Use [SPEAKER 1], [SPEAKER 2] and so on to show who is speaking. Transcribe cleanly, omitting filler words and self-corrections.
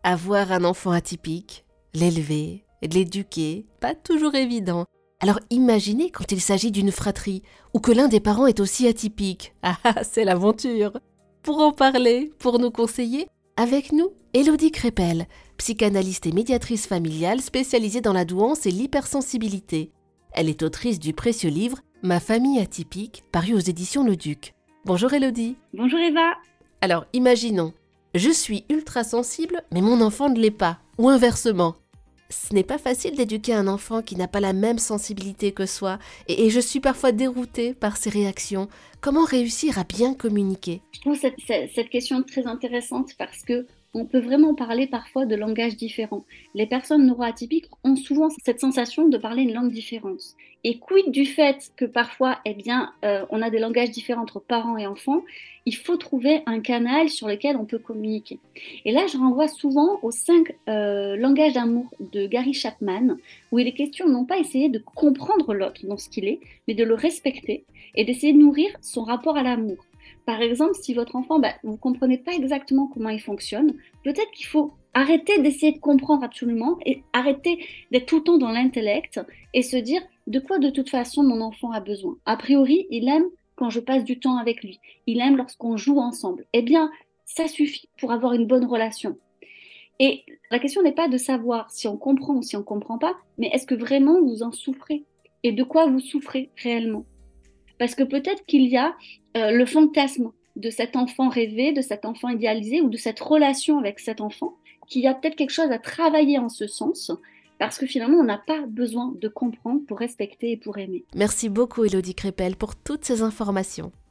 [SPEAKER 1] Avoir un enfant atypique, l'élever, l'éduquer, pas toujours évident. Alors imaginez quand il s'agit d'une fratrie ou que l'un des parents est aussi atypique. Ah, c'est l'aventure. Pour en parler, pour nous conseiller, avec nous, Élodie Crépel, psychanalyste et médiatrice familiale spécialisée dans la douance et l'hypersensibilité. Elle est autrice du précieux livre « Ma famille atypique » paru aux éditions Le Duc. Bonjour Élodie.
[SPEAKER 2] Bonjour Eva.
[SPEAKER 1] Alors imaginons, je suis ultra sensible mais mon enfant ne l'est pas, ou inversement. Ce n'est pas facile d'éduquer un enfant qui n'a pas la même sensibilité que soi et je suis parfois déroutée par ses réactions. Comment réussir à bien communiquer ?
[SPEAKER 2] Je trouve cette question très intéressante parce que on peut vraiment parler parfois de langages différents. Les personnes neuroatypiques ont souvent cette sensation de parler une langue différente. Et quid du fait que parfois, on a des langages différents entre parents et enfants, il faut trouver un canal sur lequel on peut communiquer. Et là, je renvoie souvent aux 5 langages d'amour de Gary Chapman, où il est question non pas essayer de comprendre l'autre dans ce qu'il est, mais de le respecter et d'essayer de nourrir son rapport à l'amour. Par exemple, si votre enfant, vous ne comprenez pas exactement comment il fonctionne, peut-être qu'il faut arrêter d'essayer de comprendre absolument et arrêter d'être tout le temps dans l'intellect et se dire de quoi de toute façon mon enfant a besoin. A priori, il aime quand je passe du temps avec lui. Il aime lorsqu'on joue ensemble. Eh bien, ça suffit pour avoir une bonne relation. Et la question n'est pas de savoir si on comprend ou si on ne comprend pas, mais est-ce que vraiment vous en souffrez ? Et de quoi vous souffrez réellement ? Parce que peut-être qu'il y a le fantasme de cet enfant rêvé, de cet enfant idéalisé ou de cette relation avec cet enfant, qu'il y a peut-être quelque chose à travailler en ce sens, parce que finalement, on n'a pas besoin de comprendre pour respecter et pour aimer.
[SPEAKER 1] Merci beaucoup Élodie Crépel pour toutes ces informations.